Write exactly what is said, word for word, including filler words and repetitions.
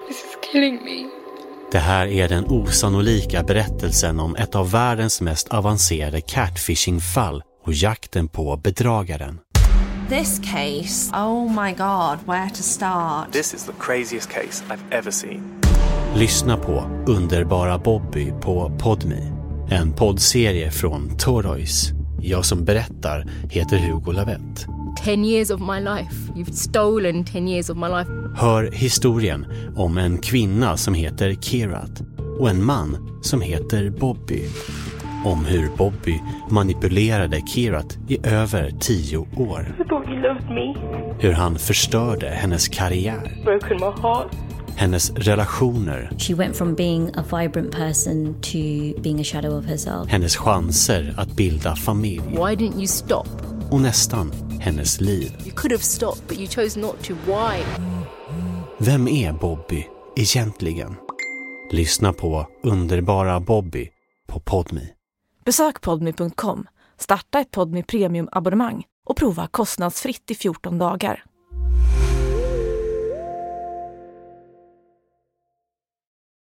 This is killing me. Det här är den osannolika berättelsen om ett av världens mest avancerade catfishing-fall och jakten på bedragaren. This case, oh my god, where to start? This is the craziest case I've ever seen. Lyssna på Underbara Bobby på Podme, en poddserie från Toroys. Jag som berättar heter Hugo Lavett. Ten years of my life. You've stolen ten years of my life. Hör historien om en kvinna som heter Kirat och en man som heter Bobby. Om hur Bobby manipulerade Kirat i över tio år. I thought you loved me. Hur han förstörde hennes karriär. Broken my heart. Hennes relationer. She went from being a vibrant person to being a shadow of herself. Hennes chanser att bilda familj. Why didn't you stop? Och nästan hennes liv. You could have stopped, but you chose not to. Why? Vem är Bobby egentligen? Lyssna på Underbara Bobby på Podme. Besök podme punkt com, starta ett Podme Premium-abonnemang och prova kostnadsfritt i fjorton dagar.